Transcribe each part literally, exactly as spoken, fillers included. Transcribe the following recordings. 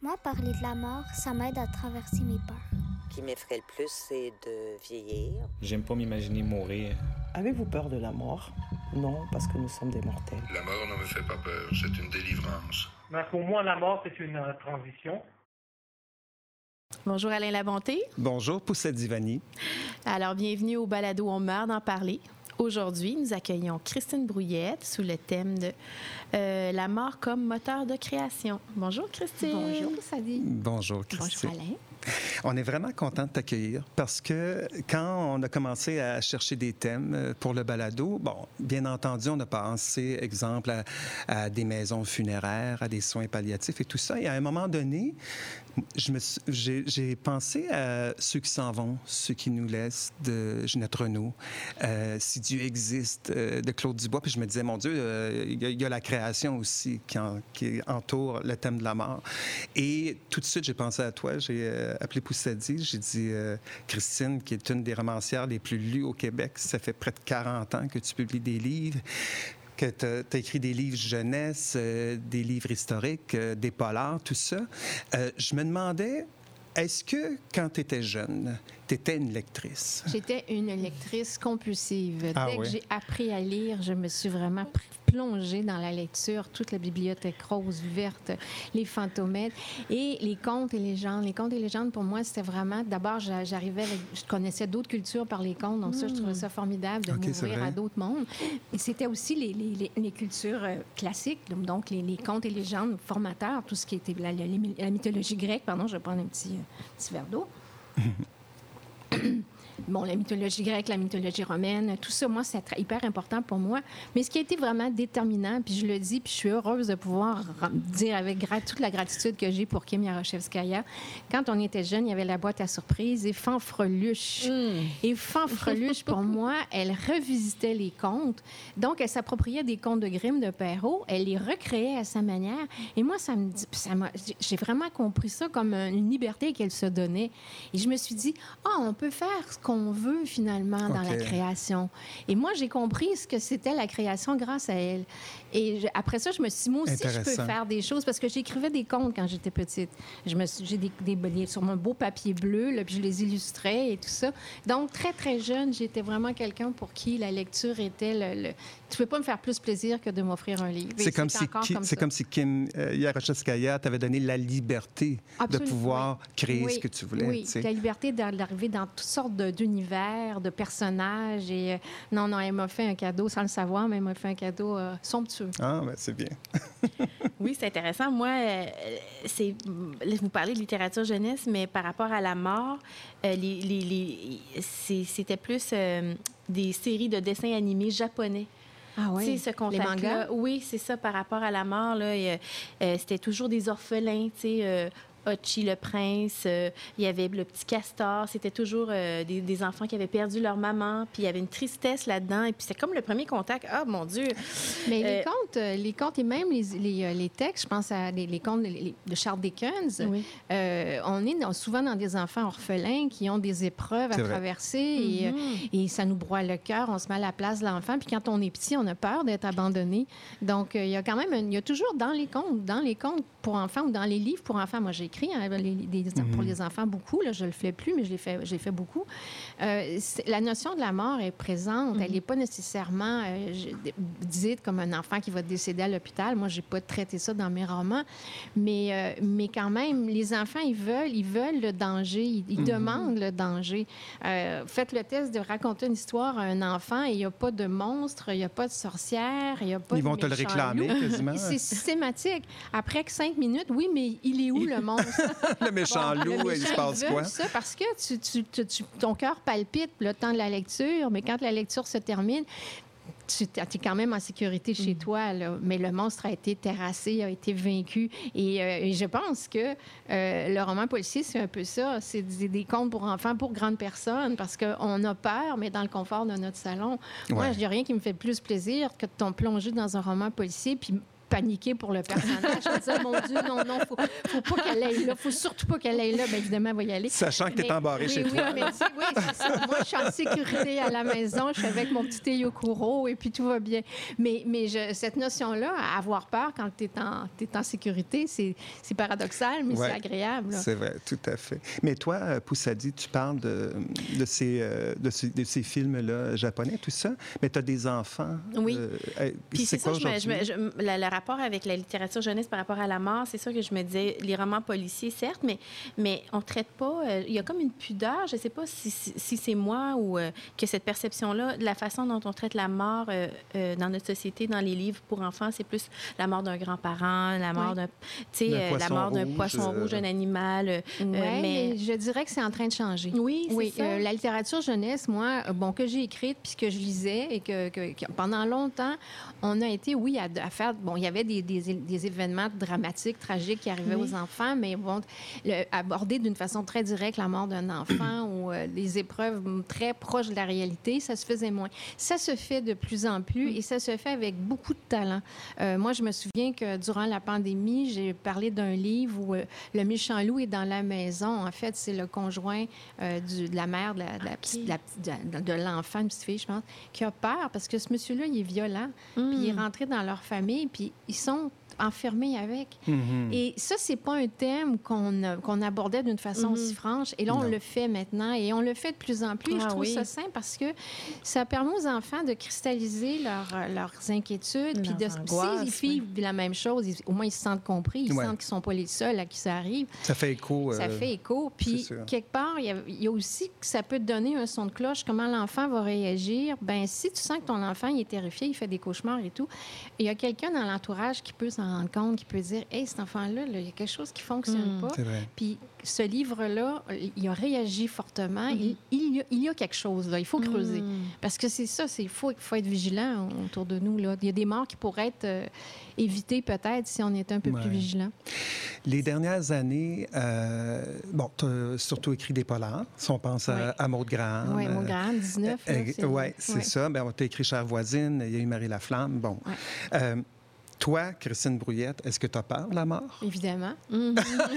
Moi, parler de la mort, ça m'aide à traverser mes peurs. Ce qui m'effraie le plus, c'est de vieillir. J'aime pas m'imaginer mourir. Avez-vous peur de la mort? Non, parce que nous sommes des mortels. La mort ne me fait pas peur, c'est une délivrance. Mais pour moi, la mort, c'est une euh, transition. Bonjour Alain Labonté. Bonjour Poussette Divani. Alors, bienvenue au balado On meurt d'en parler. Aujourd'hui, nous accueillons Christine Brouillette sous le thème de euh, la mort comme moteur de création. Bonjour Christine. Bonjour Sadi. Bonjour Christine. Bonjour Alain. On est vraiment content de t'accueillir parce que quand on a commencé à chercher des thèmes pour le balado, bon, bien entendu, on a pensé, exemple, à, à des maisons funéraires, à des soins palliatifs et tout ça. Et à un moment donné, je me suis, j'ai, j'ai pensé à ceux qui s'en vont, ceux qui nous laissent, de Ginette Renault, euh, Si Dieu existe, euh, de Claude Dubois. Puis je me disais, mon Dieu, euh, il, y a, il y a la création aussi qui, en, qui entoure le thème de la mort. Et tout de suite, j'ai pensé à toi. J'ai euh, appelé Poussadi. J'ai dit, euh, Christine, qui est une des romancières les plus lues au Québec, ça fait près de quarante ans que tu publies des livres, que tu as écrit des livres jeunesse, euh, des livres historiques, euh, des polars, tout ça. Euh, je me demandais, est-ce que quand tu étais jeune, tu étais une lectrice? J'étais une lectrice compulsive. Ah, Dès oui? que j'ai appris à lire, je me suis vraiment pr- plongée dans la lecture, toute la bibliothèque rose, verte, les fantomètres et les contes et légendes. Les contes et légendes, pour moi, c'était vraiment... D'abord, j'a- j'arrivais avec... Je connaissais d'autres cultures par les contes, donc mmh. ça, je trouvais ça formidable de Okay, m'ouvrir à d'autres mondes. Et c'était aussi les, les, les, les cultures euh, classiques, donc, donc les, les contes et légendes formateurs, tout ce qui était la, la, la mythologie grecque. Pardon, je vais prendre un petit, euh, petit verre d'eau. Bon, la mythologie grecque, la mythologie romaine, tout ça, moi, c'est très, hyper important pour moi. Mais ce qui a été vraiment déterminant, puis je le dis, puis je suis heureuse de pouvoir dire avec gra- toute la gratitude que j'ai pour Kim Yaroshevskaya, quand on était jeune, il y avait la boîte à surprise et Fanfreluche. Mm. Et Fanfreluche, pour moi, elle revisitait les contes. Donc, elle s'appropriait des contes de Grimm, de Perrault, elle les recréait à sa manière. Et moi, ça me dit, ça m'a, j'ai vraiment compris ça comme une liberté qu'elle se donnait. Et je me suis dit, ah, oh, on peut faire ce qu'on veut finalement dans okay. la création. Et moi, j'ai compris ce que c'était la création grâce à elle. Et je, après ça, je me suis dit, moi aussi, je peux faire des choses parce que j'écrivais des contes quand j'étais petite. Je me suis, j'ai des, des, des sur mon beau papier bleu, là, puis je les illustrais et tout ça. Donc, très, très jeune, j'étais vraiment quelqu'un pour qui la lecture était le... le... Tu ne peux pas me faire plus plaisir que de m'offrir un livre. C'est, comme, si, qui, comme, c'est comme si Kim euh, Yaroshevskaya t'avait donné la liberté Absolument. de pouvoir créer oui. ce que tu voulais. Oui, la liberté d'arriver dans toutes sortes de, d'univers, de personnages. Et euh, non, non, elle m'a fait un cadeau sans le savoir, mais elle m'a fait un cadeau euh, somptueux. Ah, ben c'est bien. Oui, c'est intéressant. Moi, euh, c'est, vous parlez de littérature jeunesse, mais par rapport à la mort, euh, les, les, les, c'est, c'était plus euh, des séries de dessins animés japonais. Ah oui, tu sais, ce contact-là. Oui, c'est ça, par rapport à la mort, là, et, euh, c'était toujours des orphelins, tu sais, euh, Hachi le prince, euh, il y avait le petit castor, c'était toujours euh, des, des enfants qui avaient perdu leur maman, puis il y avait une tristesse là-dedans, et puis c'est comme le premier contact. Ah, mon Dieu! Mais euh, les contes, les contes et même les, les, les textes, je pense à les, les contes les, de Charles Dickens, oui. euh, on est dans, souvent dans des enfants orphelins qui ont des épreuves c'est à vrai. traverser, mm-hmm. et, et ça nous broie le cœur, on se met à la place de l'enfant, puis quand on est petit, on a peur d'être abandonné. Donc, il y a quand même, il y a toujours dans les contes, dans les contes pour enfants ou dans les livres pour enfants, moi j'ai écrit hein, les, les, mm-hmm. pour les enfants beaucoup, là, je le fais plus, mais je l'ai fait, je l'ai fait beaucoup. Euh, la notion de la mort est présente, mm-hmm. elle n'est pas nécessairement euh, dite comme un enfant qui va décéder à l'hôpital. Moi, j'ai pas traité ça dans mes romans, mais, euh, mais quand même, les enfants, ils veulent, ils veulent le danger, ils, ils mm-hmm. demandent le danger. Euh, faites le test de raconter une histoire à un enfant et il n'y a pas de monstre, il n'y a pas de sorcière, il n'y a pas ils de vont te le réclamer loup. quasiment. C'est systématique. Après cinq minutes, oui, mais il est où le monstre? Le méchant bon, loup, le méchant, il se passe quoi? Ça parce que tu, tu, tu, tu, ton cœur palpite le temps de la lecture, mais quand la lecture se termine, tu es quand même en sécurité chez mm. toi, là, mais le monstre a été terrassé, a été vaincu. Et, euh, et je pense que euh, le roman policier, c'est un peu ça. C'est des, des contes pour enfants, pour grandes personnes, parce qu'on a peur, mais dans le confort de notre salon. Ouais. Moi, il n'y a rien qui me fait plus plaisir que de t'en plonger dans un roman policier, puis paniquer pour le personnage. Je me disais, mon Dieu, non, non, faut, faut pas qu'elle aille là. Faut surtout pas qu'elle aille là. Bien évidemment, elle va y aller. Sachant que tu es embarré oui, chez oui, toi. Mais, oui, c'est ça. Moi, je suis en sécurité à la maison. Je suis avec mon petit Eyokuro et puis tout va bien. Mais, mais je, cette notion-là, avoir peur quand tu es en, t'es en sécurité, c'est, c'est paradoxal, mais ouais, c'est agréable. Là. C'est vrai, tout à fait. Mais toi, Poussadi, tu parles de, de, ces, euh, de, ces, de ces films-là japonais, tout ça, mais tu as des enfants. Oui. Euh, Puis c'est, c'est quoi ça, je me, aujourd'hui? je me, je, le, le rapport avec la littérature jeunesse par rapport à la mort, c'est sûr que je me disais, les romans policiers, certes, mais, mais on ne traite pas... Euh, il y a comme une pudeur, je ne sais pas si, si, si c'est moi ou euh, que cette perception-là, de la façon dont on traite la mort euh, euh, dans notre société, dans les livres pour enfants, c'est plus la mort d'un grand-parent, la mort oui. d'un... Tu sais, euh, la mort d'un poisson euh... rouge, un animal. Euh, oui, mais... mais je dirais que c'est en train de changer. Oui, c'est oui, ça. Euh, la littérature jeunesse, moi, bon, que j'ai écrite puis que je lisais et que, que, que pendant longtemps, on a été, oui, à, à faire... Bon, il y avait des, des, des événements dramatiques, tragiques qui arrivaient oui. aux enfants, mais bon, le, aborder d'une façon très directe la mort d'un enfant ou euh, des épreuves très proches de la réalité, ça se faisait moins. Ça se fait de plus en plus et ça se fait avec beaucoup de talent. Euh, moi, je me souviens que durant la pandémie, j'ai parlé d'un livre où euh, le méchant loup est dans la maison. En fait, c'est le conjoint euh, du, de la mère de, la, de, la, okay. de, la, de, de l'enfant, une petite fille, je pense, qui a peur parce que ce monsieur-là, il est violent. Mm. Puis il est rentré dans leur famille, puis ils sont enfermés avec. Mm-hmm. Et ça, c'est pas un thème qu'on, qu'on abordait d'une façon mm-hmm. aussi franche. Et là, on non. le fait maintenant et on le fait de plus en plus. Ah, je trouve oui. ça sain parce que ça permet aux enfants de cristalliser leur, leurs inquiétudes. Puis de, s'ils vivent oui. la même chose, ils, au moins ils se sentent compris. Ils ouais. sentent qu'ils sont pas les seuls à qui ça arrive. Ça fait écho. Ça euh... fait écho. Puis quelque part, il y, a, il y a aussi que ça peut te donner un son de cloche, comment l'enfant va réagir. Ben si tu sens que ton enfant il est terrifié, il fait des cauchemars et tout, il y a quelqu'un dans l'entourage qui peut s'en rendre compte, qui peut dire « Hey, cet enfant-là, là, il y a quelque chose qui ne fonctionne mmh. pas. » Puis ce livre-là, il a réagi fortement. Mmh. Il, il, y a, il y a quelque chose, là. Il faut creuser. Mmh. Parce que c'est ça, il faut, faut être vigilant autour de nous, là. Il y a des morts qui pourraient être euh, évitées peut-être si on était un peu ouais. plus vigilant. Les dernières années, euh, bon, tu as surtout écrit des polars. Si on pense oui. à, à Maud Graham. Oui, Maud Graham, dix-neuf. Euh, euh, oui, c'est ouais. ça. Ben, tu as écrit Chère voisine, il y a eu Marie Laflamme. Bon. Ouais. Euh, Toi, Christine Brouillette, est-ce que tu as peur de la mort? Évidemment. Mm-hmm.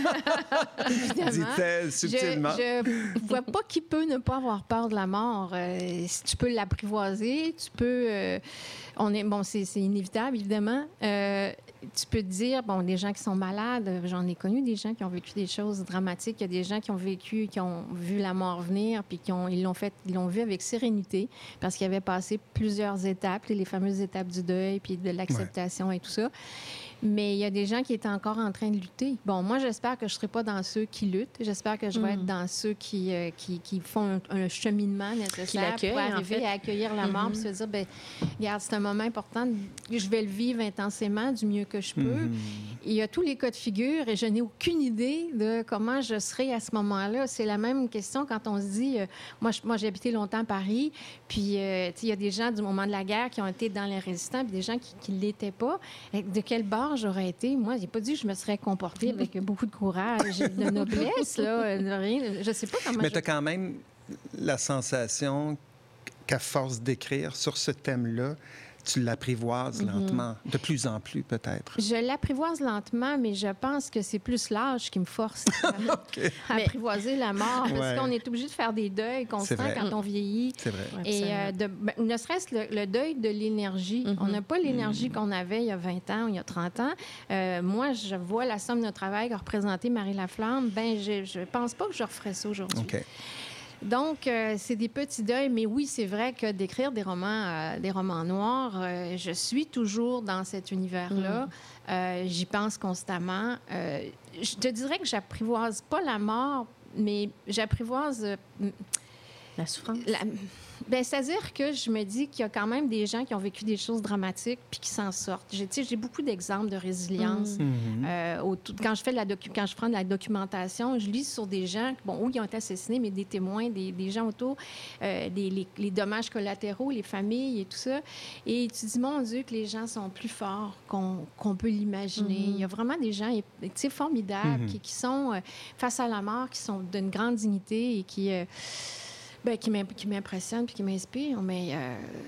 Évidemment. Dit-elle subtilement. Je ne vois pas qui peut ne pas avoir peur de la mort. Euh, si tu peux l'apprivoiser, tu peux... Euh, on est, bon, c'est, c'est inévitable, évidemment. Euh, tu peux te dire, bon, des gens qui sont malades, j'en ai connu des gens qui ont vécu des choses dramatiques. Il y a des gens qui ont vécu, qui ont vu la mort venir, puis qui ont, ils l'ont fait, ils l'ont vu avec sérénité, parce qu'ils avaient passé plusieurs étapes, les fameuses étapes du deuil, puis de l'acceptation ouais. et tout ça. Mais il y a des gens qui étaient encore en train de lutter. Bon, moi, j'espère que je ne serai pas dans ceux qui luttent. J'espère que je vais mm. être dans ceux qui, euh, qui, qui font un, un cheminement nécessaire pour arriver en fait. à accueillir la mort, mm-hmm. puis se dire, bien, regarde, c'est un moment important, je vais le vivre intensément du mieux que je peux. Mm-hmm. Il y a tous les cas de figure et je n'ai aucune idée de comment je serai à ce moment-là. C'est la même question quand on se dit, euh, moi, je, moi, j'ai habité longtemps à Paris, puis euh, il y a des gens du moment de la guerre qui ont été dans les résistants, puis des gens qui ne l'étaient pas. De quel bord j'aurais été? Moi, j'ai pas dit que je me serais comportée avec beaucoup de courage et de noblesse, là, de rien. Je sais pas comment... Mais je... tu as quand même la sensation qu'à force d'écrire sur ce thème-là, tu l'apprivoises mm-hmm. lentement, de plus en plus peut-être. Je l'apprivoise lentement, mais je pense que c'est plus l'âge qui me force à, okay. à apprivoiser la mort, parce ouais. qu'on est obligé de faire des deuils constants quand on vieillit. C'est vrai. Et euh, de, ben, ne serait-ce le, le deuil de l'énergie. Mm-hmm. On n'a pas l'énergie mm-hmm. qu'on avait il y a vingt ans ou il y a trente ans. Euh, moi, je vois la somme de travail qu'a représenté Marie Laflamme. Ben, je ne pense pas que je referais ça aujourd'hui. Okay. Donc, euh, c'est des petits deuils, mais oui, c'est vrai que d'écrire des romans, euh, des romans noirs, euh, je suis toujours dans cet univers-là. Mm. Euh, j'y pense constamment. Euh, je te dirais que j'apprivoise pas la mort, mais j'apprivoise... Euh, la souffrance? La... Bien, c'est-à-dire que je me dis qu'il y a quand même des gens qui ont vécu des choses dramatiques puis qui s'en sortent. J'ai, j'ai beaucoup d'exemples de résilience. Mm-hmm. Euh, au, quand, je fais de la docu- quand je prends de la documentation, je lis sur des gens, bon, où ils ont été assassinés, mais des témoins, des, des gens autour, euh, des, les, les dommages collatéraux, les familles et tout ça. Et tu dis, mon Dieu, que les gens sont plus forts qu'on, qu'on peut l'imaginer. Mm-hmm. Il y a vraiment des gens, tu sais, formidables, mm-hmm. qui, qui sont euh, face à la mort, qui sont d'une grande dignité et qui... Euh, Bien, qui, qui m'impressionne puis qui m'inspire, mais euh,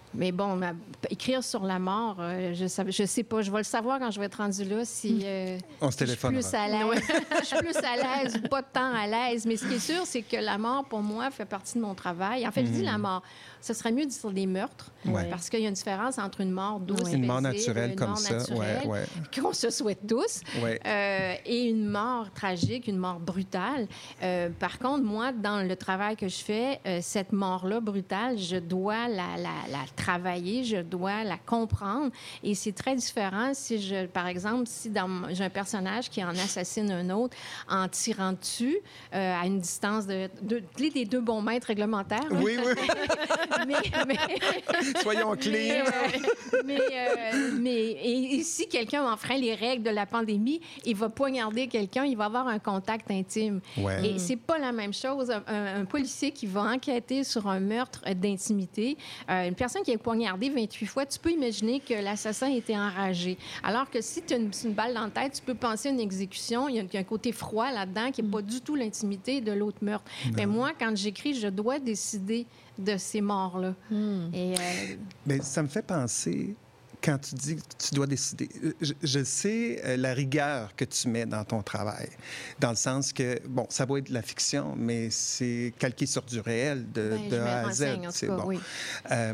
Mais bon, ma- écrire sur la mort, euh, je sais, je sais pas. Je vais le savoir quand je vais être rendue là si euh, On se je suis téléphonera. plus à l'aise. Je suis plus à l'aise ou pas tant à l'aise. Mais ce qui est sûr, c'est que la mort, pour moi, fait partie de mon travail. En fait, je dis la mort. Ce serait mieux de dire des meurtres, Ouais. parce qu'il y a une différence entre une mort douce, Une mort paisible, naturelle une comme mort ça, naturelle, ouais, ouais. qu'on se souhaite tous, Ouais. euh, et une mort tragique, une mort brutale. Euh, par contre, moi, dans le travail que je fais, euh, cette mort-là brutale, je dois la, la, la travailler, je dois la comprendre. Et c'est très différent si je, par exemple, si dans, mon- j'ai un personnage qui en assassine un autre en tirant dessus euh, à une distance de, de, de- des deux bons mètres réglementaires. hein. Oui, oui. mais, mais, Soyons mais, clairs. euh, mais, euh, mais- et, et si quelqu'un enfreint les règles de la pandémie, il va poignarder quelqu'un, il va avoir un contact intime. Ouais. Et c'est pas la même chose. Un, un- un policier qui va enquêter sur un meurtre d'intimité, euh, une personne qui est poignardée vingt-huit fois, tu peux imaginer que l'assassin était enragé. Alors que si tu as une, une balle dans la tête, tu peux penser à une exécution. Il y a, il y a un côté froid là-dedans qui n'est pas du tout l'intimité de l'autre meurtre. Mais moi, quand j'écris, je dois décider de ces morts-là. Et, euh, Mais ça me fait penser, quand tu dis que tu dois décider, je, je sais euh, la rigueur que tu mets dans ton travail, dans le sens que, bon, ça va être de la fiction, mais c'est calqué sur du réel de, ben, de je me A à Z. renseigne, en tout c'est cas, bon. oui. Euh,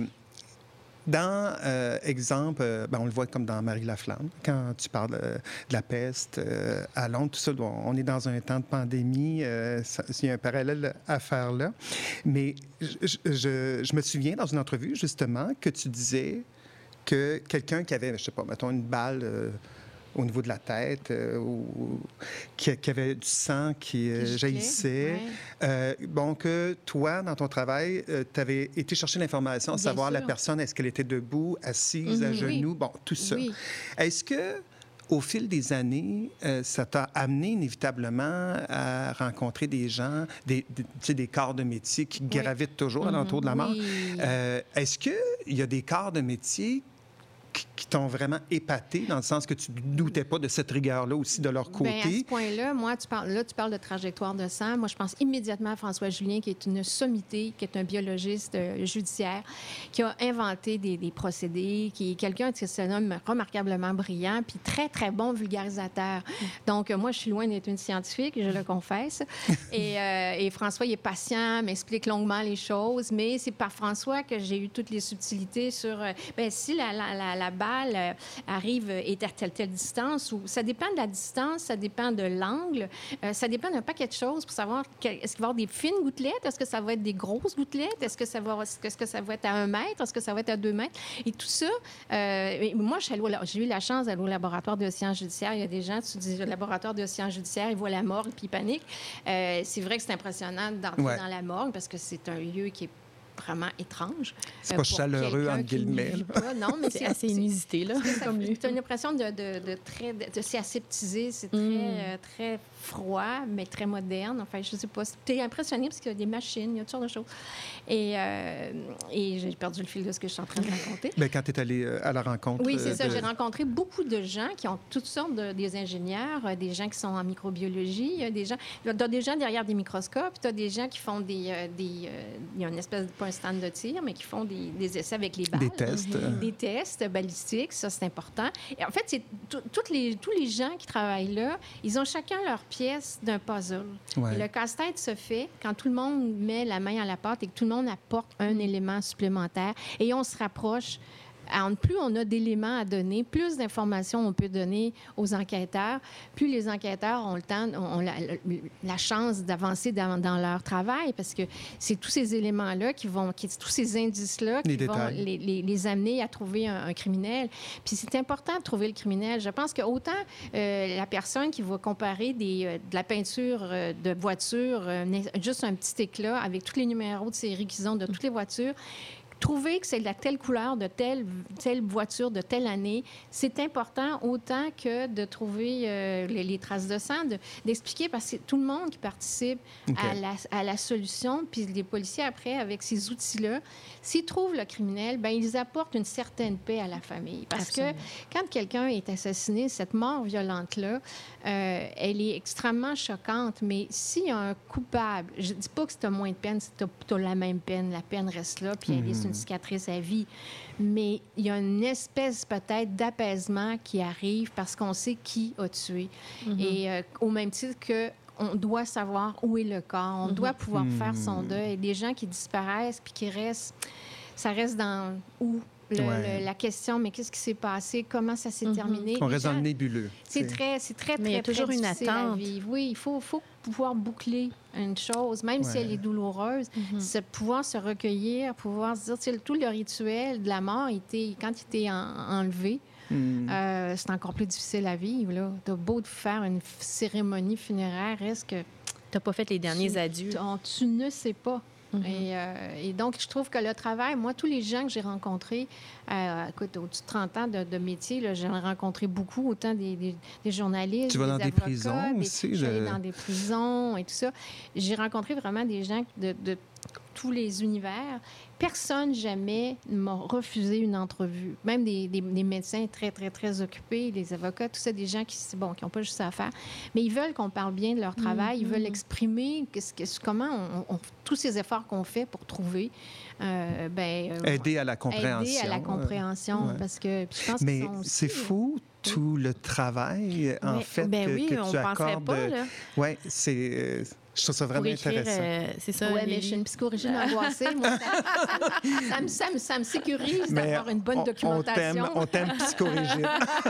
Dans, euh, exemple, euh, ben, on le voit comme dans Marie Laflamme, quand tu parles euh, de la peste euh, à Londres, tout ça, bon, on est dans un temps de pandémie, euh, ça- il y a un parallèle à faire là. Mais je, je- je me souviens dans une entrevue, justement, que tu disais que quelqu'un qui avait, je sais pas, mettons, une balle euh, au niveau de la tête, euh, ou qui, qui avait du sang qui euh, Qui giclait, jaillissait, ouais. euh, bon, que toi, dans ton travail, tu avais été chercher l'information, Bien savoir la sûr. personne, est-ce qu'elle était debout, assise, à Mhm. genoux, Oui. bon, tout ça. Oui. Est-ce que au fil des années, euh, ça t'a amené inévitablement à rencontrer des gens, des, des, tu sais, des corps de métier qui gravitent toujours alentour de la mort? Oui. Euh, Est-ce qu'il y a des corps de métier qui, qui t'ont vraiment épaté, dans le sens que tu ne doutais pas de cette rigueur-là aussi de leur côté? Bien, à ce point-là, moi, tu parles, là, tu parles de trajectoire de sang. Moi, je pense immédiatement à François Julien, qui est une sommité, qui est un biologiste euh, judiciaire, qui a inventé des, des procédés, qui est quelqu'un qui se nomme remarquablement brillant, puis très, très bon vulgarisateur. Donc, euh, moi, je suis loin d'être une scientifique, je le confesse. et, euh, et François, il est patient, m'explique longuement les choses, mais c'est par François que j'ai eu toutes les subtilités sur, euh, bien, si la, la, la, la balle euh, arrive euh, est à telle, telle distance, ou ça dépend de la distance, ça dépend de l'angle, euh, ça dépend d'un paquet de choses pour savoir que- est-ce qu'il va y avoir des fines gouttelettes, est-ce que ça va être des grosses gouttelettes, est-ce que ça va, est-ce que ça va être à un mètre, est-ce que ça va être à deux mètres, et tout ça. euh, et moi, je suis allée au la- j'ai eu la chance d'aller au laboratoire de sciences judiciaires. Il y a des gens, tu dis, le laboratoire de sciences judiciaires, ils voient la morgue puis ils paniquent. Euh, c'est vrai que c'est impressionnant d'entrer Ouais. dans la morgue parce que c'est un lieu qui est vraiment étrange. C'est euh, pas pour chaleureux, quelqu'un entre qui n'y guillemets, vit là. pas. Non, mais C'est assez inusité, là, comme lieu. Tu as une impression de, de, de très... De, de- c'est aseptisé, c'est très, Mm. euh, très froid, mais très moderne. Enfin, je sais pas. Tu es impressionné parce qu'il y a des machines, il y a toutes sortes de choses. Et, euh, et j'ai perdu le fil de ce que je suis en train de raconter. Bien, quand tu es allé euh, à la rencontre... Oui, euh, c'est ça. de- J'ai rencontré beaucoup de gens qui ont toutes sortes de, des ingénieurs, euh, des gens qui sont en microbiologie, il y a des gens, tu as des gens derrière des microscopes, tu as des gens qui font des, euh, des euh, il y a une espèce de pas un stand de tir, mais qui font des, des essais avec les balles, Des tests. euh. des tests balistiques, ça c'est important. Et en fait, c'est tout- toutes les tous les gens qui travaillent là, ils ont chacun leur pièce d'un puzzle. Ouais. Et le casse-tête se fait quand tout le monde met la main à la pâte et que tout le monde apporte un élément supplémentaire et on se rapproche. Alors, plus on a d'éléments à donner, plus d'informations on peut donner aux enquêteurs, plus les enquêteurs ont le temps, ont la, la chance d'avancer dans, dans leur travail, parce que c'est tous ces éléments-là qui vont, qui, tous ces indices-là Les qui vont détails. les, les- les amener à trouver un, un criminel. Puis c'est important de trouver le criminel. Je pense que autant euh, la personne qui va comparer des, euh, de la peinture euh, de voiture, euh, juste un petit éclat avec tous les numéros de série qu'ils ont de toutes les voitures, trouver que c'est de la telle couleur, de telle, telle voiture, de telle année, c'est important autant que de trouver euh, les, les traces de sang, de- d'expliquer, parce que c'est tout le monde qui participe OK. à, la, à la solution. Puis les policiers, après, avec ces outils-là, s'ils trouvent le criminel, bien, ils apportent une certaine paix à la famille. Parce Absolument. que quand quelqu'un est assassiné, cette mort violente-là, euh, elle est extrêmement choquante. Mais s'il y a un coupable, je ne dis pas que c'est moins de peine, c'est tu as la même peine, la peine reste là, puis elle est c'est une cicatrice à vie. Mais il y a une espèce peut-être d'apaisement qui arrive parce qu'on sait qui a tué. Mm-hmm. Et euh, au même titre que on doit savoir où est le corps, on mm-hmm. doit pouvoir mm-hmm. faire son deuil. Les gens qui disparaissent puis qui restent, ça reste dans où? Le, ouais. le, la question, mais qu'est-ce qui s'est passé? Comment ça s'est mm-hmm. terminé? On reste gens, dans le nébuleux. C'est très, c'est très, mais très, il y a toujours une attente. Oui, il faut, faut pouvoir boucler une chose, même ouais. si elle est douloureuse, mm-hmm. c'est pouvoir se recueillir, pouvoir se dire, tout le rituel de la mort, était, quand il était en, enlevé, mm. euh, c'est encore plus difficile à vivre. Là. T'as beau de faire une cérémonie funéraire, est-ce que... T'as pas fait les derniers tu, adieux. Tu, tu ne sais pas. Mm-hmm. Et, euh, et donc, je trouve que le travail, moi, tous les gens que j'ai rencontrés, euh, écoute, au-dessus de trente ans de, de métier, là, j'en ai rencontré beaucoup, autant des, des, des journalistes, tu vas des dans avocats, des prisons des, aussi? Je suis allée de... dans des prisons et tout ça. J'ai rencontré vraiment des gens de, de tous les univers. Personne jamais m'a refusé une entrevue. Même des, des, des médecins très, très, très occupés, des avocats, tout ça, des gens qui bon, qui n'ont pas juste ça à faire. Mais ils veulent qu'on parle bien de leur travail. Mm-hmm. Ils veulent exprimer que, que, comment on, on, tous ces efforts qu'on fait pour trouver... Euh, ben, euh, aider à la compréhension. Aider à la compréhension. Ouais. Parce que je pense Mais aussi, c'est fou, tout le travail, en mais, fait, ben que, oui, que on tu penserait accordes. pas, là. Oui, c'est... Euh, je trouve ça vraiment écrire, intéressant. Euh, c'est ça. Oui, mais je suis une psychorigine angoissée. Moi, ça, ça, me, ça, me, ça me sécurise mais d'avoir une bonne on, documentation. On t'aime, on t'aime psychorigine.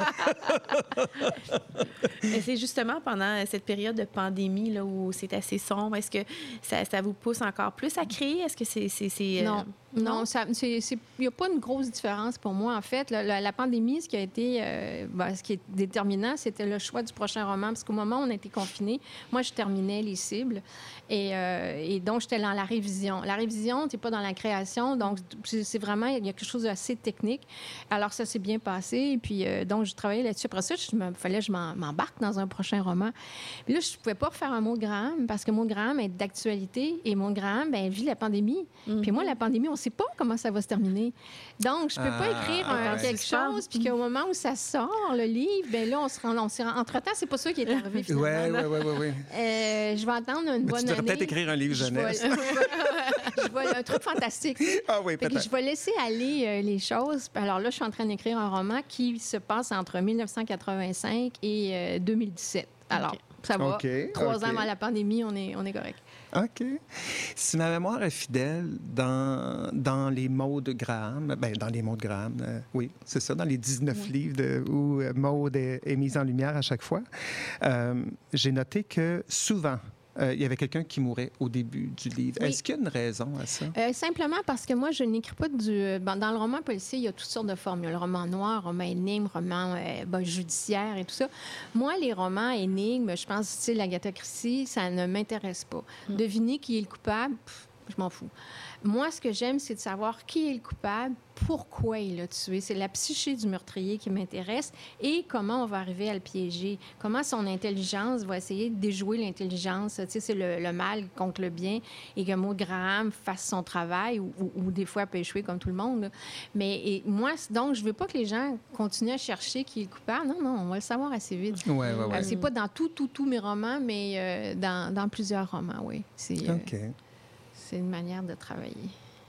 Mais c'est justement pendant cette période de pandémie là, où c'est assez sombre. Est-ce que ça, ça vous pousse encore plus à créer? Est-ce que c'est... c'est, c'est euh... Non. Non, il n'y a pas une grosse différence pour moi. En fait, la, la, la pandémie, ce qui a été, euh, ben, ce qui est déterminant, c'était le choix du prochain roman. Parce qu'au moment où on a été confinés, moi, je terminais les cibles. Et, euh, et donc, j'étais dans la révision. La révision, tu n'es pas dans la création. Donc, c'est vraiment, il y a quelque chose d'assez technique. Alors, ça s'est bien passé. Et puis, euh, donc, je travaillais là-dessus. Après ça, il fallait que je m'embarque dans un prochain roman. Puis là, je ne pouvais pas refaire un mot Graham parce que mon Graham est d'actualité. Et mon Graham, bien, vit la pandémie. Mm-hmm. Puis moi, la pandémie, on ne sait pas comment ça va se terminer. Donc, je ne peux ah, pas écrire un, ouais. quelque chose, puis qu'au moment où ça sort, le livre, bien là, on se rend... On se rend entre-temps, c'est pas ça qui est arrivé, finalement. Oui, oui, oui, oui. Euh, je vais attendre une Mais bonne tu devrais année. peut-être écrire un livre jeunesse. Je vais, je vais, un truc fantastique. Ah oui, peut-être. Je vais laisser aller euh, les choses. Alors là, je suis en train d'écrire un roman qui se passe entre dix-neuf cent quatre-vingt-cinq et euh, deux mille dix-sept. Alors, okay. ça va. Okay, Trois okay. ans avant la pandémie, on est, on est correct. OK. Si ma mémoire est fidèle, dans, dans les mots de Graham, bien, dans les mots de Graham, euh, oui, c'est ça, dans les dix-neuf oui. livres de, où Maud est, est mise en lumière à chaque fois, euh, j'ai noté que souvent, Euh, il y avait quelqu'un qui mourait au début du livre. Oui. Est-ce qu'il y a une raison à ça? Euh, simplement parce que moi, je n'écris pas du... Bon, dans le roman policier, il y a toutes sortes de formes. Il y a le roman noir, roman énigme, roman euh, ben, judiciaire et tout ça. Moi, les romans énigmes, je pense, style Agatha Christie, ça ne m'intéresse pas. Mm. Deviner qui est le coupable, pff, je m'en fous. Moi, ce que j'aime, c'est de savoir qui est le coupable, pourquoi il l'a tué. C'est la psyché du meurtrier qui m'intéresse et comment on va arriver à le piéger. Comment son intelligence va essayer de déjouer l'intelligence. Tu sais, c'est le, le mal contre le bien et que Maud Graham fasse son travail ou, ou, ou des fois elle peut échouer comme tout le monde. Là. Mais et moi, donc, je veux pas que les gens continuent à chercher qui est le coupable. Non, non, on va le savoir assez vite. Ouais, ouais, ouais. Euh, c'est pas dans tout, tout, tous mes romans, mais euh, dans, dans plusieurs romans, oui. C'est, euh, OK. C'est une manière de travailler.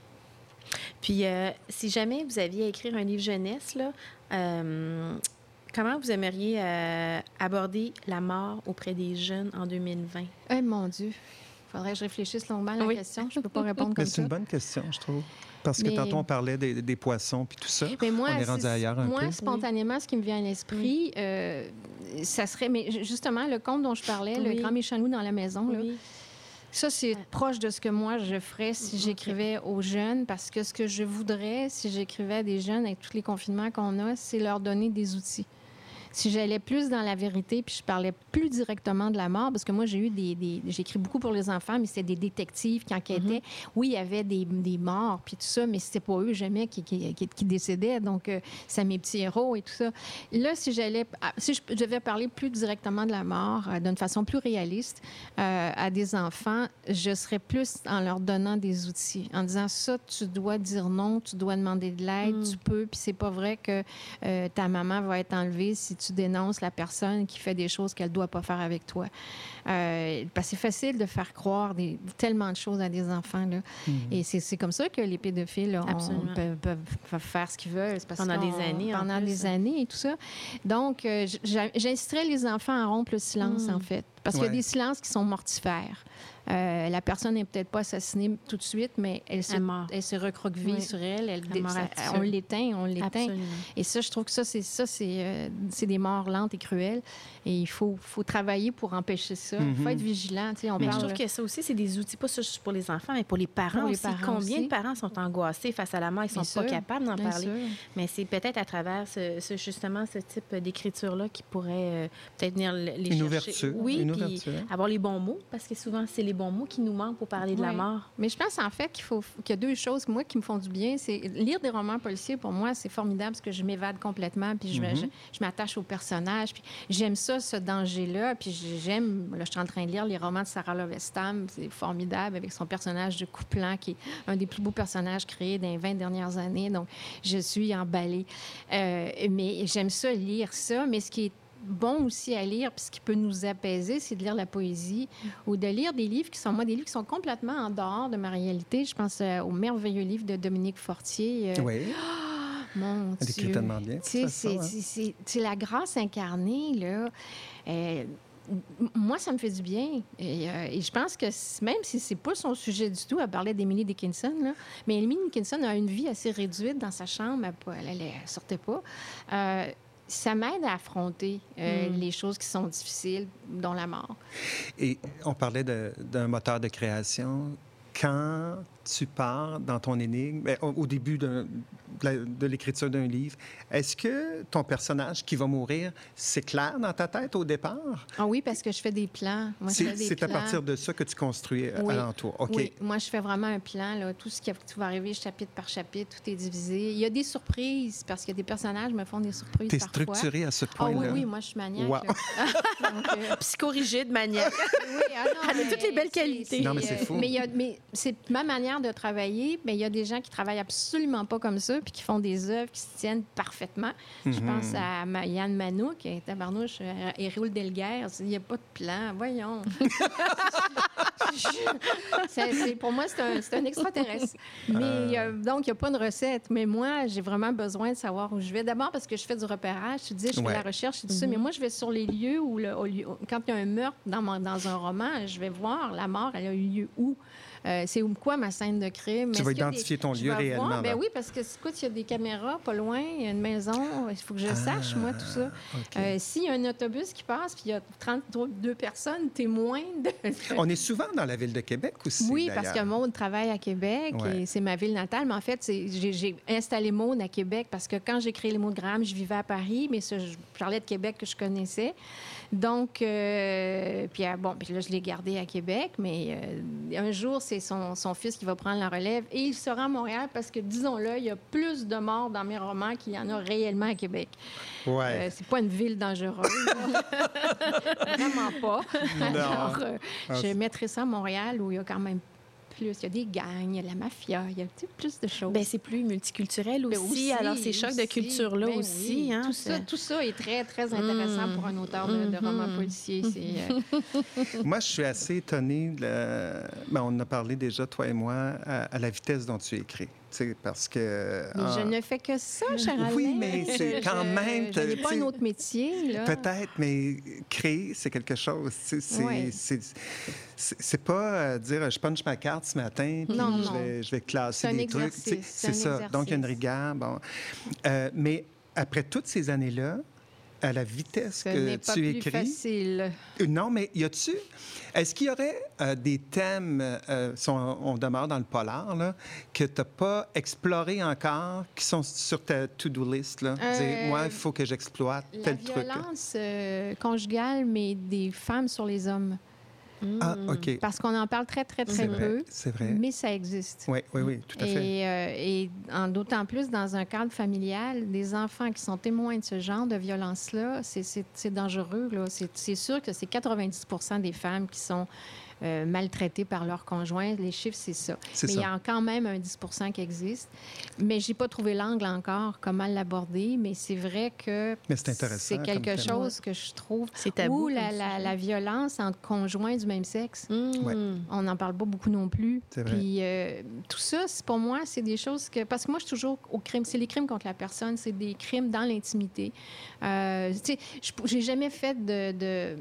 Puis, euh, si jamais vous aviez à écrire un livre jeunesse, là, euh, comment vous aimeriez euh, aborder la mort auprès des jeunes en deux mille vingt? Eh, mon Dieu! Il faudrait que je réfléchisse longuement à la oui. question. Je ne peux pas répondre comme Mais c'est ça. une bonne question, je trouve. Parce que mais... tantôt, on parlait des, des poissons puis tout ça. Mais moi, on est rendu ailleurs un moi, peu. Moi, spontanément, ce qui me vient à l'esprit, oui. euh, ça serait... Mais justement, le conte dont je parlais, oui. Le grand méchant loup dans la maison, oui. là, ça, c'est ouais. proche de ce que moi, je ferais si j'écrivais aux jeunes, parce que ce que je voudrais, si j'écrivais à des jeunes, avec tous les confinements qu'on a, c'est leur donner des outils. Si j'allais plus dans la vérité, puis je parlais plus directement de la mort, parce que moi, j'ai eu des... des j'ai écrit beaucoup pour les enfants, mais c'était des détectives qui enquêtaient. Mm-hmm. Oui, il y avait des, des morts, puis tout ça, mais c'était pas eux jamais qui, qui, qui, qui décédaient. Donc, euh, c'est mes petits héros et tout ça. Là, si j'allais... Si je devais parler plus directement de la mort, euh, d'une façon plus réaliste, euh, à des enfants, je serais plus en leur donnant des outils, en disant ça, tu dois dire non, tu dois demander de l'aide, mm. tu peux, puis c'est pas vrai que euh, ta maman va être enlevée si tu tu dénonces la personne qui fait des choses qu'elle ne doit pas faire avec toi. Euh, parce que c'est facile de faire croire des, tellement de choses à des enfants. Là. Mm-hmm. Et c'est, c'est comme ça que les pédophiles là, on, peuvent, peuvent faire ce qu'ils veulent. C'est parce pendant des années. Pendant plus, des hein. années et tout ça. Donc, euh, j'inciterais les enfants à rompre le silence, mm. en fait. Parce ouais. qu'il y a des silences qui sont mortifères. Euh, la personne n'est peut-être pas assassinée tout de suite, mais elle se, elle se recroqueville oui. sur elle. elle, elle ça, on l'éteint, on l'éteint. Absolument. Et ça, je trouve que ça, c'est, ça, c'est, euh, c'est des morts lentes et cruelles. Et il faut, faut travailler pour empêcher ça. Il mm-hmm. faut être vigilant. On mais parle... je trouve que ça aussi, c'est des outils, pas juste pour les enfants, mais pour les parents pour les aussi. Parents Combien aussi. de parents sont angoissés face à la mort? Ils ne sont bien pas sûr. capables d'en Bien parler. Sûr. Mais c'est peut-être à travers ce, ce, justement ce type d'écriture-là qui pourrait euh, peut-être venir les Une chercher. Ouverture. Oui, Une puis ouverture. avoir les bons mots, parce que souvent, c'est les bons mots qui nous manquent pour parler de oui. la mort. Mais je pense en fait qu'il faut qu'il y a deux choses moi qui me font du bien. C'est lire des romans policiers, pour moi, c'est formidable parce que je m'évade complètement, puis je, mm-hmm. je, je m'attache aux personnages, puis j'aime ça, ce danger-là, puis j'aime, là, je suis en train de lire les romans de Sarah Lovestam, c'est formidable, avec son personnage de Couplan, qui est un des plus beaux personnages créés dans les vingt dernières années, donc je suis emballée. Euh, mais j'aime ça, lire ça, mais ce qui est bon aussi à lire, puis ce qui peut nous apaiser, c'est de lire la poésie ou de lire des livres qui sont, moi, des livres qui sont complètement en dehors de ma réalité. Je pense euh, au merveilleux livre de Dominique Fortier. Euh, oui. Oh, mon Elle écrit tellement bien. C'est, c'est, c'est, c'est la grâce incarnée, là. Euh, moi, ça me fait du bien. Et, euh, et je pense que même si c'est pas son sujet du tout, elle parlait d'Emily Dickinson, là, mais Emily Dickinson a une vie assez réduite dans sa chambre. Elle ne sortait pas. Euh, Ça m'aide à affronter euh, mm. les choses qui sont difficiles, dont la mort. Et on parlait de, d'un moteur de création. Quand tu pars dans ton énigme, bien, au, au début de, de, de l'écriture d'un livre, est-ce que ton personnage qui va mourir, c'est clair dans ta tête au départ? Ah oui, parce que je fais des plans. Moi, c'est je fais des c'est plans. À partir de ça que tu construis oui. alentour. OK. Oui, moi, je fais vraiment un plan. Là, tout ce qui, qui va arriver chapitre par chapitre, tout est divisé. Il y a des surprises, parce qu'il y a des personnages qui me font des surprises T'es parfois. T'es structuré à ce point-là? Ah oui, oui, moi, je suis maniaque. Wow. Donc, euh... Psychorigide, maniaque. Oui, ah non, elle a toutes les belles qualités. Non, mais c'est fou. Mais, il y a, mais c'est ma manière de travailler, mais il y a des gens qui travaillent absolument pas comme ça, puis qui font des œuvres qui se tiennent parfaitement. Mm-hmm. Je pense à Ma- Yann Manou, qui est tabarnouche, et Raoul Delguerre. Il n'y a pas de plan. Voyons. c'est, c'est, pour moi, c'est un, c'est un extraterrestre. Mais, euh... donc, il n'y a pas de recette. Mais moi, j'ai vraiment besoin de savoir où je vais. D'abord, parce que je fais du repérage. Tu dis, je fais ouais. la recherche et tout mm-hmm. ça. Mais moi, je vais sur les lieux où, le, au, quand il y a un meurtre dans, mon, dans un roman, je vais voir la mort, elle a eu lieu où. Euh, c'est quoi ma scène de crime? Tu Est-ce vas identifier des... ton lieu réellement. Voir? Ben oui, parce que, écoute, il y a des caméras pas loin, il y a une maison, il faut que je ah, sache, moi, tout ça. Okay. Euh, s'il y a un autobus qui passe, puis il y a trente-deux personnes témoins de... On est souvent dans la ville de Québec aussi, oui, d'ailleurs. parce que Maude travaille à Québec, ouais. et c'est ma ville natale, mais en fait, c'est, j'ai, j'ai installé Maude à Québec, parce que quand j'ai créé les mots de Graham, je vivais à Paris, mais ça, je parlais de Québec que je connaissais. Donc, euh, puis, bon, puis là, je l'ai gardé à Québec, mais euh, un jour, c'est son, son fils qui va prendre la relève et il sera à Montréal parce que, disons-le, il y a plus de morts dans mes romans qu'il y en a réellement à Québec. Ouais. Euh, c'est pas une ville dangereuse. Vraiment pas. Non. Alors, euh, je mettrais ça à Montréal où il y a quand même plus. Il y a des gangs, il y a de la mafia, il y a plus de choses. Bien, c'est plus multiculturel aussi. aussi alors, ces chocs de culture-là ben aussi. Oui. Hein, tout, ça, tout ça est très, très intéressant mmh. pour un auteur de, de romans policiers. C'est, euh... Moi, je suis assez étonnée. De la... ben, on en a parlé déjà, toi et moi, à, à la vitesse dont tu écris. Parce que... Mais je ne fais que ça, cher Alain. Oui, mais c'est quand je, même... Je n'ai pas un autre métier, là. Peut-être, mais créer, c'est quelque chose. C'est, oui. c'est, c'est, c'est pas dire, je punch ma carte ce matin, puis non, je, vais, je vais classer c'est des trucs. C'est, c'est ça. Exercice. Donc, il y a une rigueur. Bon. Euh, mais après toutes ces années-là, à la vitesse Ce que n'est tu pas plus écris... facile. Non, mais y a-tu... Est-ce qu'il y aurait euh, des thèmes, euh, si on, on demeure dans le polar, là, que tu n'as pas explorés encore, qui sont sur ta to-do list? Là? Euh, Dire, moi, il faut que j'exploite tel truc. La violence euh, conjugale, mais des femmes sur les hommes. Ah, OK. Parce qu'on en parle très, très, très c'est peu. Vrai, c'est vrai. Mais ça existe. Oui, oui, oui, tout à fait. Et, euh, et en, d'autant plus dans un cadre familial, des enfants qui sont témoins de ce genre de violence-là, c'est, c'est, c'est dangereux. Là. C'est, c'est sûr que c'est quatre-vingt-dix pour cent des femmes qui sont euh, maltraités par leur conjoint. Les chiffres, c'est ça. C'est Mais ça. il y a quand même un dix pour cent qui existe. Mais j'ai pas trouvé l'angle encore, comment l'aborder. Mais c'est vrai que Mais c'est intéressant c'est comme quelque thème. chose que je trouve... C'est tabou. Ou la, comme la, sujet. la violence entre conjoints du même sexe. Mmh. Ouais. On n'en parle pas beaucoup non plus. C'est vrai. Puis euh, tout ça, c'est, pour moi, c'est des choses que... Parce que moi, je suis toujours au crime. C'est les crimes contre la personne. C'est des crimes dans l'intimité. Euh, tu sais, je- j'ai jamais fait de, de,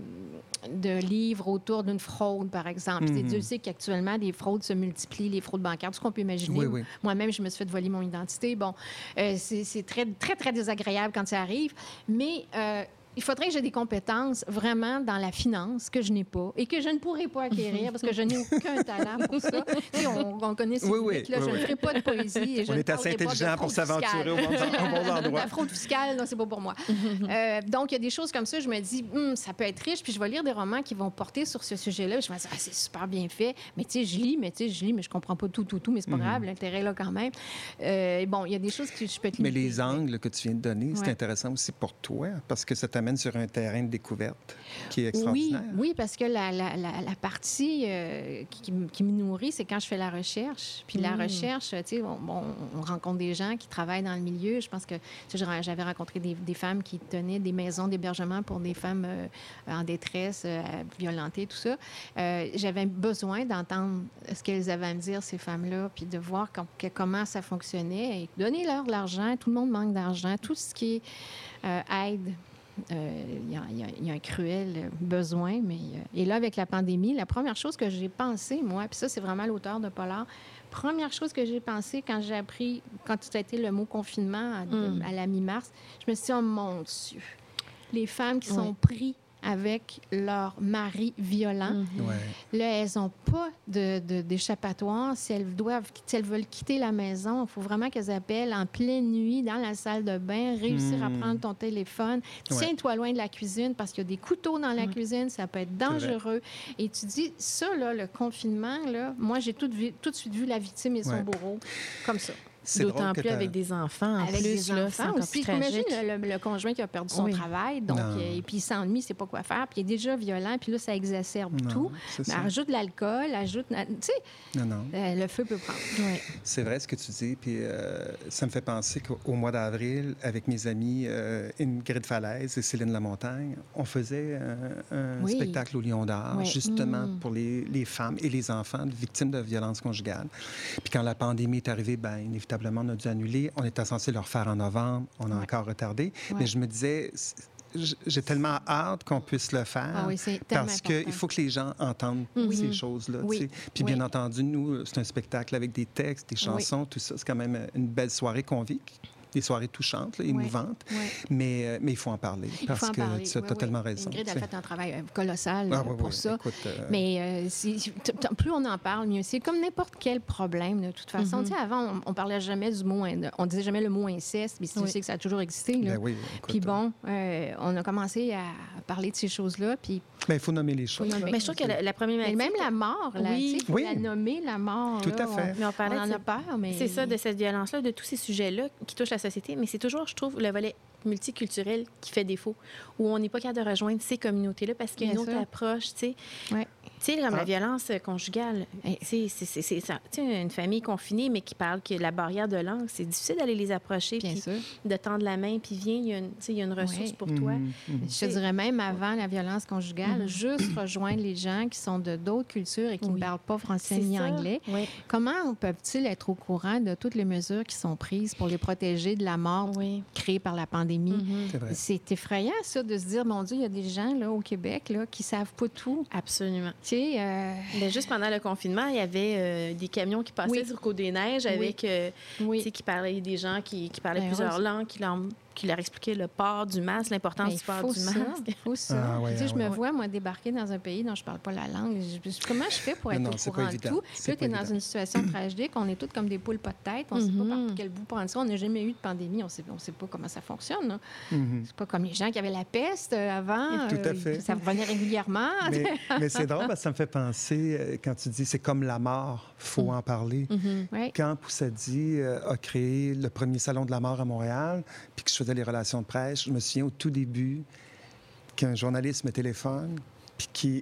de livre autour d'une fraude, par exemple. Mhm. Mm-hmm. Dieu sait qu'actuellement, des fraudes se multiplient, les fraudes bancaires, tout ce qu'on peut imaginer. Oui, oui. Moi-même, je me suis fait voler mon identité. Bon, euh, c'est, c'est très, très, très désagréable quand ça arrive. Mais... Euh, il faudrait que j'ai des compétences vraiment dans la finance que je n'ai pas et que je ne pourrais pas acquérir parce que je n'ai aucun talent pour ça. Tu sais, on, on connaît ces Oui, oui, limites-là. oui, Je oui. ne ferai pas de poésie. Et je On ne est assez parlerai pas de intelligent pour fraude s'aventurer au fiscale. bon, au bon endroit. La fraude fiscale, non, c'est pas pour moi. Euh, donc, il y a des choses comme ça. Je me dis, Hum, ça peut être riche. Puis je vais lire des romans qui vont porter sur ce sujet-là. Je me dis, ah, c'est super bien fait. Mais tu sais, je lis, mais tu sais, je lis, mais je comprends pas tout, tout, tout. Mais c'est pas grave. L'intérêt est là quand même. Euh, bon, il y a des choses que je peux être Mais limitée. les angles que tu viens de donner, c'est Ouais. intéressant aussi pour toi parce que ça t'amène sur un terrain de découverte qui est Oui, extraordinaire. oui, parce que la, la, la, la partie euh, qui, qui me nourrit, c'est quand je fais la recherche. Puis la Mm. recherche, tu sais, on, bon, on rencontre des gens qui travaillent dans le milieu. Je pense que tu sais, j'avais rencontré des, des femmes qui tenaient des maisons d'hébergement pour des femmes euh, en détresse, euh, violentées, tout ça. Euh, j'avais besoin d'entendre ce qu'elles avaient à me dire, ces femmes-là, puis de voir com- que- comment ça fonctionnait. Et donner-leur de l'argent. Tout le monde manque d'argent. Tout ce qui est euh, aide. Euh, Il y, a- il y a- il y a un cruel besoin. Mais, euh, et là, avec la pandémie, la première chose que j'ai pensé, moi, puis ça, c'est vraiment l'auteur de Polar, première chose que j'ai pensé quand j'ai appris, quand ça a été le mot confinement à, de- Mm. à la mi-mars, je me suis dit, oh mon Dieu, les femmes qui sont Oui. prises avec leur mari violent, Mhm. Ouais. là, elles n'ont pas de, de- d'échappatoire. Si elles, doivent, si elles veulent quitter la maison, il faut vraiment qu'elles appellent en pleine nuit dans la salle de bain, réussir à Hmm. prendre ton téléphone. Ouais. Tiens-toi loin de la cuisine parce qu'il y a des couteaux dans la Ouais. cuisine, ça peut être dangereux. Et tu dis, ça, là, le confinement, là, moi, j'ai tout, vu- tout de suite vu la victime et son Ouais. bourreau comme ça. C'est D'autant drôle que plus t'as- avec des enfants. En Avec plus, des là, c'est enfants encore aussi. plus Imagine tragique. le, le conjoint qui a perdu son Oui. travail, donc, Non. euh, et puis il s'ennuie, il ne sait pas quoi faire, puis il est déjà violent, puis là, ça exacerbe Non, tout. c'est Mais ça. ajoute de l'alcool, ajoute... Tu sais, Non, non. euh, le feu peut prendre. Oui. C'est vrai ce que tu dis, puis euh, ça me fait penser qu'au au mois d'avril, avec mes amis euh, Ingrid Falaise et Céline Lamontagne, on faisait un, un Oui. spectacle au Lion d'Or, Ouais. justement Mm. pour les, les femmes et les enfants victimes de violences conjugales. Puis quand la pandémie est arrivée, bien, inévitablement, on a dû annuler. On était censé le refaire en novembre, on a Ouais. encore retardé. Ouais. Mais je me disais, c- j- j'ai tellement hâte qu'on puisse le faire. Ah oui, c'est tellement Parce important. qu'il faut que les gens entendent Oui. ces choses-là. Oui. tu sais. Puis Oui. bien entendu, nous, c'est un spectacle avec des textes, des chansons, tout ça. C'est quand même une belle soirée qu'on vit. Des soirées touchantes, là, émouvantes. Oui. Mais, euh, mais il faut en parler. Il Parce faut en que parler. tu as Oui, totalement oui. raison. Ingrid a tu sais. fait un travail euh, colossal Ah, euh, oui, pour oui, ça. écoute, euh, Mais euh, c'est- t- t- plus on en parle, mieux. C'est comme n'importe quel problème, de toute façon. Mhm. Tu sais, avant, on, on parlait jamais du mot... in- On disait jamais le mot inceste, mais tu Oui. sais que ça a toujours existé. Là. ben oui, écoute, Puis bon, euh, on a commencé à parler de ces choses-là, puis ben, il faut nommer les choses. nommer. Mais je trouve que la, la mais problématique... même la mort, là, Oui. tu sais, faut Oui. la nommer, la mort. Tout là, à fait. on- Mais on On, parlait en de a peur, mais... C'est ça, de cette violence-là, de tous ces sujets-là qui touchent la société. Mais c'est toujours, je trouve, le volet multiculturel qui fait défaut, où on n'est pas capable de rejoindre ces communautés-là parce qu'il y a une Bien autre sûr. approche, tu sais. Ouais. Tu sais, comme Ah. la violence euh, conjugale, Eh. c'est c'est- c'est- c'est ça. Tu sais, une famille confinée, mais qui parle que la barrière de langue, c'est difficile d'aller les approcher, Bien puis sûr. de tendre la main, puis viens, il y a une, tu sais, il y a une ressource Oui. pour toi. Mhm, mhm. Je te dirais même avant la violence conjugale, Mhm. juste rejoindre les gens qui sont de d'autres cultures et qui ne Oui. parlent pas français C'est ni ça. anglais. Oui. Comment peuvent-ils être au courant de toutes les mesures qui sont prises pour les protéger de la mort Oui. créée par la pandémie? Mhm. C'est vrai. C'est effrayant, ça, de se dire, mon Dieu, il y a des gens là, au Québec là, qui savent pas tout. Absolument. Tu sais, euh, Mais juste pendant le confinement, il y avait euh, des camions qui passaient Oui. sur le Côte des Neiges avec, euh, tu oui. sais, qui parlaient des gens qui, qui parlaient Ben, plusieurs heureuse- langues, qui leur, qui leur expliquaient le port du masque, l'importance Ben, du port faut du ça, masque. faut ça. Ah, ouais, tu sais, ah, je me ouais. vois, moi, débarquer dans un pays dont je parle pas la langue. Je- je- comment je fais pour Non, être non, au c'est pas courant de évident. tout? C'est Puis là, tu es pas dans évident. une situation tragique. On est tous comme des poules pas de tête. On ne sait Mhm. pas par quel bout prendre ça. On n'a jamais eu de pandémie. On sait, on sait pas comment ça fonctionne. là. Mhm. C'est pas comme les gens qui avaient la peste euh, avant. Tout à euh, fait. Ça revenait régulièrement. Mais, mais c'est drôle parce que ça me fait penser, euh, quand tu dis c'est comme la mort, faut Mm. en parler. Mhm. Ouais. Quand Poussadi euh, a créé le premier salon de la mort à Montréal, puis que je faisais les relations de presse, je me souviens au tout début qu'un journaliste me téléphone, puis qui,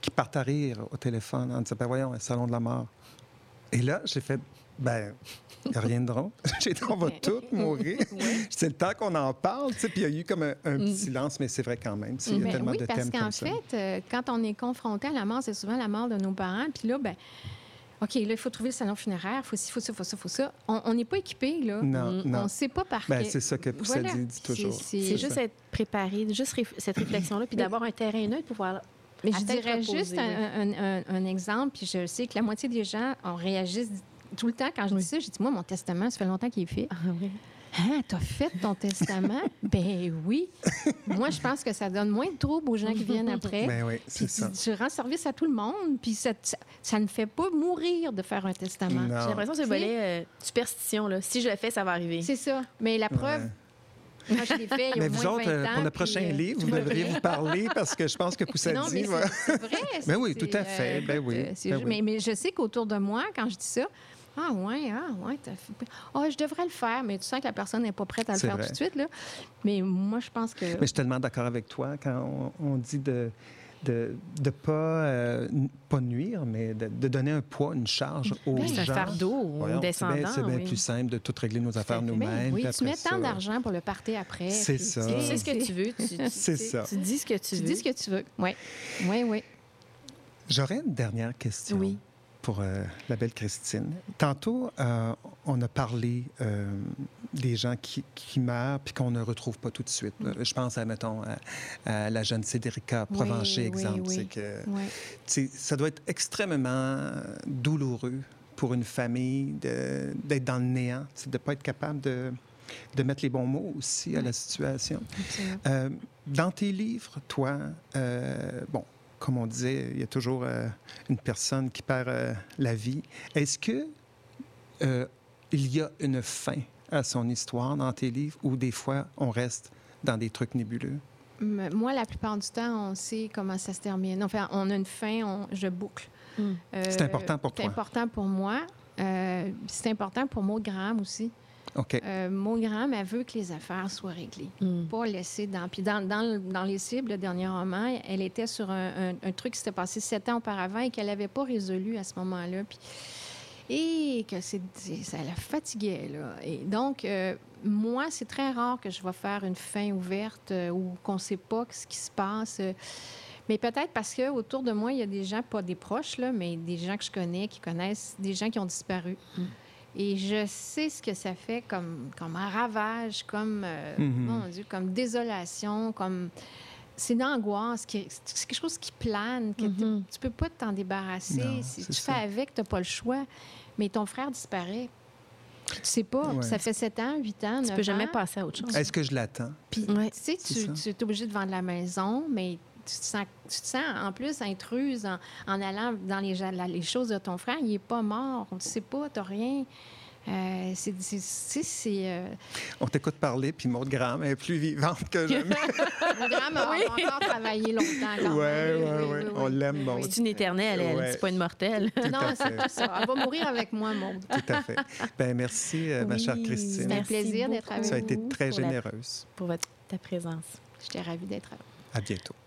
qui partent à rire au téléphone en disant, ben voyons, un salon de la mort. Et là, j'ai fait, ben, il n'y a rien de drôle. J'ai dit, on va tous mourir. C'est le temps qu'on en parle, tu sais. Puis il y a eu comme un, un petit silence, mais c'est vrai quand même. Il y a Ben tellement oui, de parce thèmes qu'en comme ça. fait, euh, quand on est confronté à la mort, c'est souvent la mort de nos parents. Puis là, ben OK, là, il faut trouver le salon funéraire, il faut ci, il faut ça, il faut ça, il faut ça. On n'est pas équipé, là. Non, on non. ne sait pas par Ben, quel- c'est ça que Poussette Voilà. dit, dit toujours. C'est- C'est juste être préparé, juste réf- cette réflexion-là, puis d'avoir un terrain neutre pour pouvoir. Mais à je tête dirais reposée, juste là. un, un- un- un exemple, puis je sais que la moitié des gens on réagissent tout le temps quand je dis ça. J'ai dit, moi, mon testament, ça fait longtemps qu'il est fait. Ah oui. Hein, t'as fait ton testament? Ben oui. Moi, je pense que ça donne moins de troubles aux gens qui viennent après. Ben oui, c'est Puis ça. tu, tu rends service à tout le monde, puis ça, ça, ça ne fait pas mourir de faire un testament. Non. J'ai l'impression que c'est le volet euh, superstition. Là. Si je le fais, ça va arriver. C'est ça. Mais la preuve, Ouais. moi, je l'ai fait il y a Mais au vous moins autres, vingt euh, ans. pour le puis, prochain euh, livre, vous devriez vous parler parce que je pense que Poussette Non, dit... mais va- c'est c'est vrai. Ben oui, c'est- tout à fait. Ben écoute, oui, euh, c'est ben ju- oui. Mais, mais je sais qu'autour de moi, quand je dis ça, ah ouais, ah ouais, t'as fait... Ah, je devrais le faire, mais tu sens que la personne n'est pas prête à le C'est faire vrai. tout de suite, là. Mais moi, je pense que... Mais je suis tellement d'accord avec toi quand on, on dit de de ne pas, euh, n- pas nuire, mais de, de donner un poids, une charge aux Ben, c'est un gens. fardeau Voyons, descendant. C'est bien, c'est bien oui. plus simple de tout régler nos affaires Ben nous-mêmes. oui, puis tu après mets ça- tant d'argent pour le party après. C'est puis ça. Tu sais ce que tu veux. Tu, tu- C'est tu- ça. Tu dis ce que tu, Tu veux. dis ce que tu veux. Oui, oui, oui. J'aurais une dernière question Oui. pour euh, la belle Christine. Tantôt, euh, on a parlé euh, des gens qui, qui meurent puis qu'on ne retrouve pas tout de suite. Euh, Je pense à, mettons, à, à la jeune Cédrica Oui, Provencher, oui, exemple. oui. C'est que, Oui. tu sais, ça doit être extrêmement douloureux pour une famille de- d'être dans le néant, tu sais, de ne pas être capable de, de mettre les bons mots aussi à la situation. Absolument. Euh, dans tes livres, toi, euh, bon, comme on disait, il y a toujours euh, une personne qui perd euh, la vie. Est-ce que euh, il y a une fin à son histoire dans tes livres ou des fois on reste dans des trucs nébuleux? M- Moi, la plupart du temps, on sait comment ça se termine. Enfin, on a une fin, on- je boucle. Mm. Euh, C'est important pour C'est toi? important pour moi. Euh, c'est important pour Maud Graham aussi. OK. Euh, Maud Graham, elle veut que les affaires soient réglées. Mm. Pas laisser dans... Puis dans, dans, le- dans Les Cibles, le dernier roman, elle était sur un, un- un truc qui s'était passé sept ans auparavant et qu'elle n'avait pas résolu à ce moment-là. Puis... Et que c'est, c'est- ça la fatiguait, là. Et donc, euh, moi, c'est très rare que je vais faire une fin ouverte euh, ou qu'on ne sait pas ce qui se passe. euh. Mais peut-être parce que autour de moi, il y a des gens, pas des proches, là, mais des gens que je connais, qui connaissent, des gens qui ont disparu. Mm. Et je sais ce que ça fait comme, comme un ravage, comme, euh, Mhm. mon Dieu, comme désolation, comme... C'est une angoisse, qui, c'est quelque chose qui plane, que Mhm. tu peux pas t'en débarrasser. Non, Si c'est tu ça. fais avec, tu n'as pas le choix. Mais ton frère disparaît. Puis tu sais pas, Ouais. ça fait sept ans, huit ans, Tu neuf peux jamais ans. passer à autre chose. Est-ce que je l'attends? Puis, Ouais. tu sais, C'est tu, ça. tu es obligé de vendre la maison, mais tu te sens, tu te sens en plus intruse en, en allant dans les, ja- la- les choses de ton frère. Il n'est pas mort. Tu sais pas, tu n'as rien. Euh, c'est, c'est, c'est, c'est, euh, On t'écoute parler, puis Maud Graham est plus vivante que jamais. Mon grand va encore travailler longtemps. Quand Ouais, même. ouais, ouais. On l'aime, Maud. C'est une éternelle, elle. Ouais. C'est pas une mortelle. Non, à c'est fait. tout ça. Elle va mourir avec moi, Maud. Tout à fait. Ben merci, euh, ma Oui, chère Christine. C'était un merci plaisir d'être beaucoup avec Ça a été vous. très pour la- généreuse. Pour votre, ta présence. J'étais ravie d'être avec vous. À bientôt.